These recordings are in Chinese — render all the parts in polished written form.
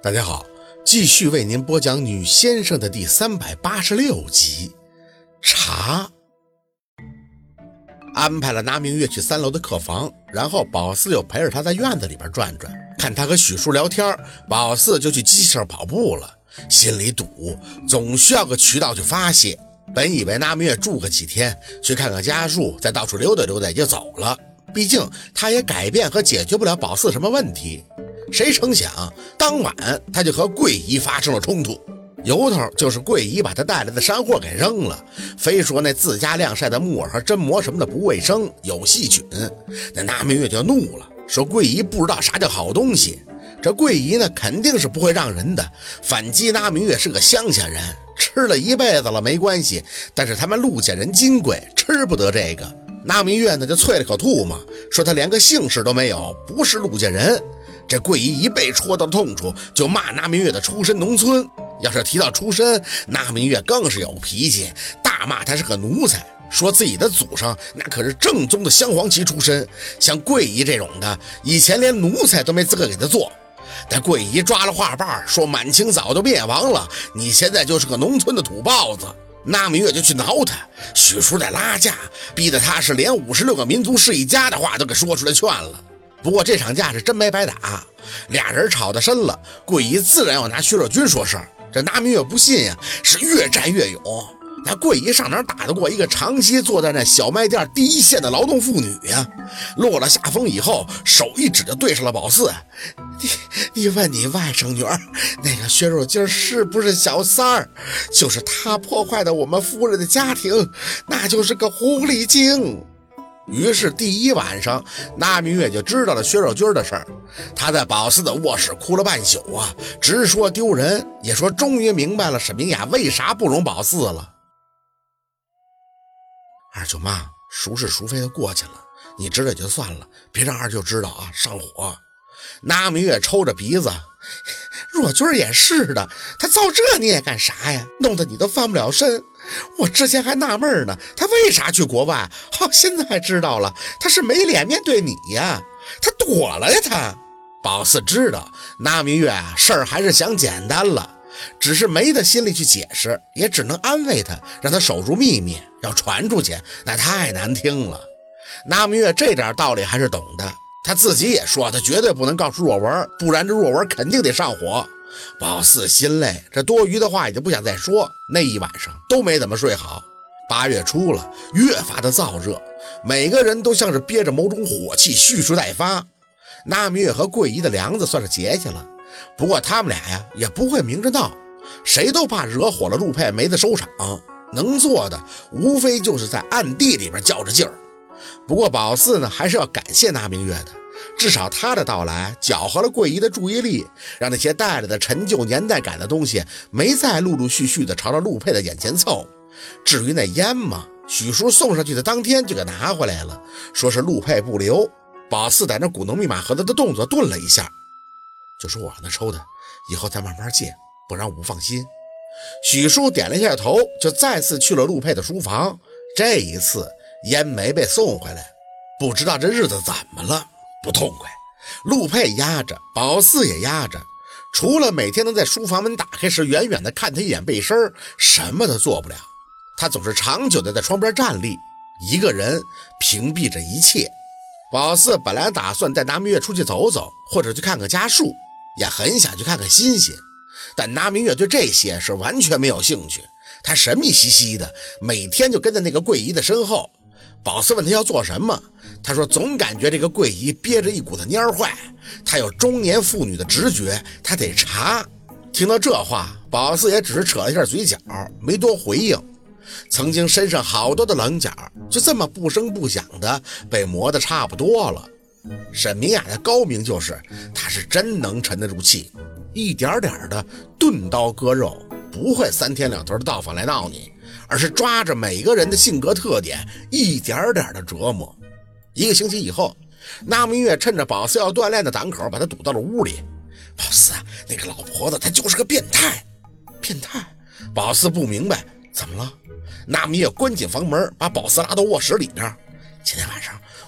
大家好，继续为您播讲女先生的第386集。茶安排了拿明月去3楼的客房，然后宝四又陪着他在院子里边转转，看他和许叔聊天，宝四就去机器上跑步了，心里堵，总需要个渠道去发泄。本以为拿明月住个几天，去看看家树，再到处溜达溜达也就走了，毕竟他也改变和解决不了宝四什么问题。谁成想当晚他就和桂姨发生了冲突，由头就是桂姨把他带来的山货给扔了，非说那自家晾晒的木耳和榛蘑什么的不卫生，有细菌。那拿明月就怒了，说桂姨不知道啥叫好东西。这桂姨呢肯定是不会让人的，反击拿明月是个乡下人，吃了一辈子了没关系，但是他们陆家人金贵，吃不得这个。拿明月呢就啐了口唾沫，说他连个姓氏都没有，不是陆家人。这桂姨一被戳到痛处，就骂拿明月的出身农村。要是提到出身，拿明月更是有脾气，大骂他是个奴才，说自己的祖上那可是正宗的镶黄旗出身，像桂姨这种的，以前连奴才都没资格给他做。但桂姨抓了话瓣，说满清早就灭亡了，你现在就是个农村的土包子。拿明月就去挠他，许叔在拉架，逼得他是连56个民族是一家的话都给说出来劝了。不过这场架是真没白打，俩人吵得深了，桂姨自然要拿薛若君说事儿。这拿明月不信呀，是越战越勇。那桂姨上哪打得过一个长期坐在那小卖店第一线的劳动妇女呀？落了下风以后，手一指就对上了宝四。你问你外甥女儿，那个薛若君是不是小三儿？就是他破坏的我们夫人的家庭，那就是个狐狸精。于是第一晚上，拿明月就知道了薛若君的事儿。他在宝四的卧室哭了半宿啊，直说丢人，也说终于明白了沈明雅为啥不容宝四了。二舅妈，孰是孰非的过去了，你知道也就算了，别让二舅知道啊，上火。拿明月抽着鼻子，若君也是的，他造这你也干啥呀？弄得你都翻不了身。我之前还纳闷呢，他为啥去国外？现在知道了，他是没脸面对你呀，他躲了呀他。宝四知道拿明月事儿还是想简单了，只是没的心力去解释，也只能安慰他，让他守住秘密，要传出去那太难听了。拿明月这点道理还是懂的，他自己也说他绝对不能告诉若文，不然这若文肯定得上火。宝四心累，这多余的话也就不想再说，那一晚上都没怎么睡好。8月初了，越发的燥热，每个人都像是憋着某种火气蓄势待发。拿明月和桂姨的梁子算是结下了，不过他们俩呀也不会明着闹，谁都怕惹火了陆佩没得收场，能做的无非就是在暗地里边较着劲儿。不过宝四呢还是要感谢拿明月的，至少他的到来搅和了桂姨的注意力，让那些带来的陈旧年代感的东西没再陆陆续续的朝着陆佩的眼前凑。至于那烟嘛，许叔送上去的当天就给拿回来了，说是陆佩不留。宝四在那鼓弄密码盒子的动作顿了一下，就说我让他抽的，以后再慢慢戒，不然我不放心。许叔点了一下头，就再次去了陆佩的书房。这一次烟没被送回来，不知道这日子怎么了，不痛快。陆佩压着，宝四也压着，除了每天能在书房门打开时远远的看他一眼背身，什么都做不了。他总是长久的在窗边站立，一个人屏蔽着一切。宝四本来打算带拿明月出去走走，或者去看看家树，也很想去看看欣欣，但拿明月对这些是完全没有兴趣。他神秘兮兮的，每天就跟在那个桂姨的身后。宝四问他要做什么，他说总感觉这个桂姨憋着一股子蔫坏，他有中年妇女的直觉，他得查。听到这话，宝四也只是扯了一下嘴角，没多回应。曾经身上好多的棱角，就这么不声不响的被磨得差不多了。沈明雅的高明就是她是真能沉得住气，一点点的钝刀割肉，不会3天2头的到访来闹你，而是抓着每个人的性格特点一点点的折磨。1个星期以后，拿明月趁着宝四要锻炼的档口把他堵到了屋里。宝四，那个老婆子她就是个变态。变态？宝四不明白，怎么了？拿明月关紧房门，把宝四拉到卧室里边。今天晚上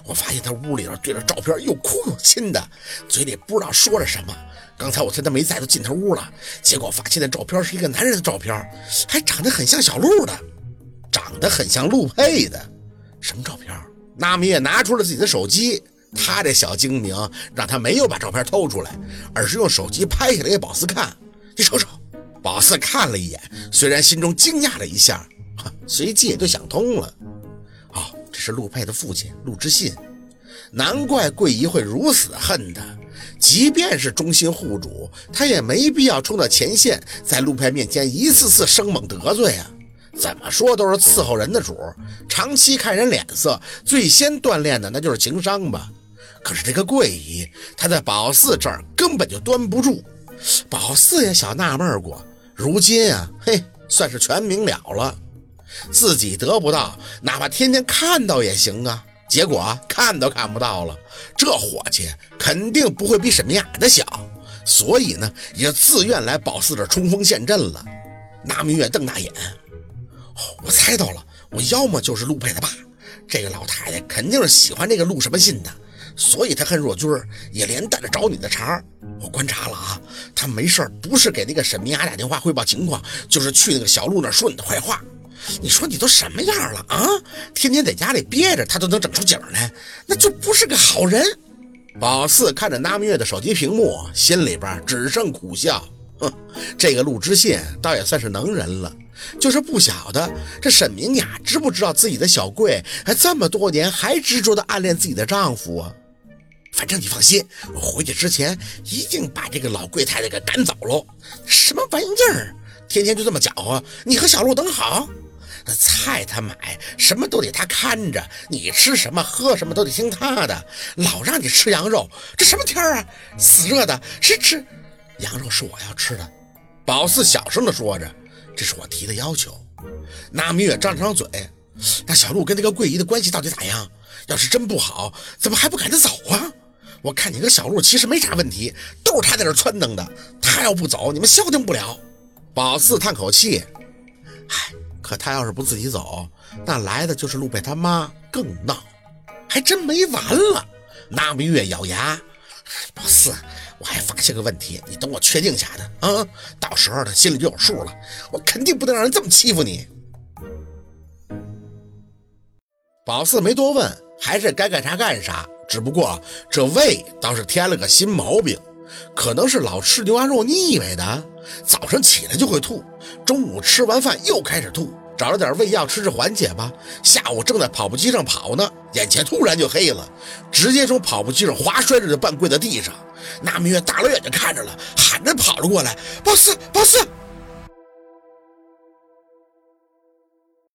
我发现他屋里对着照片又哭又亲的，嘴里不知道说着什么。刚才我趁他没在就进他屋了，结果发现那照片是一个男人的照片，还长得很像小鹿的，长得很像陆佩的。什么照片？纳米也拿出了自己的手机，他这小精明让他没有把照片偷出来，而是用手机拍下来给宝四看。你瞅瞅。宝四看了一眼，虽然心中惊讶了一下，随即也就想通了。这是陆佩的父亲陆之信，难怪桂姨会如此恨他。即便是忠心护主，他也没必要冲到前线，在陆佩面前一次次生猛得罪啊。怎么说都是伺候人的主，长期看人脸色，最先锻炼的那就是情商吧。可是这个桂姨，她在宝四这儿根本就端不住。宝四也小纳闷过，如今啊，算是全明了了。自己得不到，哪怕天天看到也行啊。结果看都看不到了，这伙计肯定不会比沈明雅的小，所以呢，也自愿来宝四这冲锋陷阵了。纳明月瞪大眼，我猜到了，我要么就是陆佩的爸，这个老太太肯定是喜欢这个陆什么信的，所以她恨若君，也连带着找你的茬。我观察了啊，他没事不是给那个沈明雅打电话汇报情况，就是去那个小陆那说你的坏话。你说你都什么样了啊？天天在家里憋着，他都能整出景来，那就不是个好人。宝四看着纳明月的手机屏幕，心里边只剩苦笑。这个陆之信倒也算是能人了，就是不晓得这沈明雅知不知道自己的小桂还这么多年还执着的暗恋自己的丈夫啊。反正你放心，我回去之前一定把这个老贵太太给赶走喽。什么玩意儿，天天就这么搅和，你和小陆能好？那菜他买什么都得他看着，你吃什么喝什么都得听他的，老让你吃羊肉，这什么天啊，死热的，谁吃羊肉是我要吃的。宝四小声的说着，这是我提的要求。纳明月张张嘴，那小陆跟那个桂姨的关系到底咋样？要是真不好，怎么还不赶他走啊？我看你跟小陆其实没啥问题，都是他在这撺掇的，他要不走你们消停不了。宝四叹口气，可他要是不自己走，那来的就是陆佩他妈，更闹，还真没完了。纳明月咬牙，宝四，我还发现个问题，你等我确定下的啊，到时候他心里就有数了，我肯定不能让人这么欺负你。宝四没多问，还是该干啥干啥，只不过这胃倒是添了个新毛病，可能是老吃牛羊肉腻歪的，早上起来就会吐，中午吃完饭又开始吐，找了点胃药吃缓解吧。下午正在跑步机上跑呢，眼前突然就黑了，直接从跑步机上滑摔着就半跪在地上。纳明月大老远就看着了，喊着跑了过来，宝四，宝四。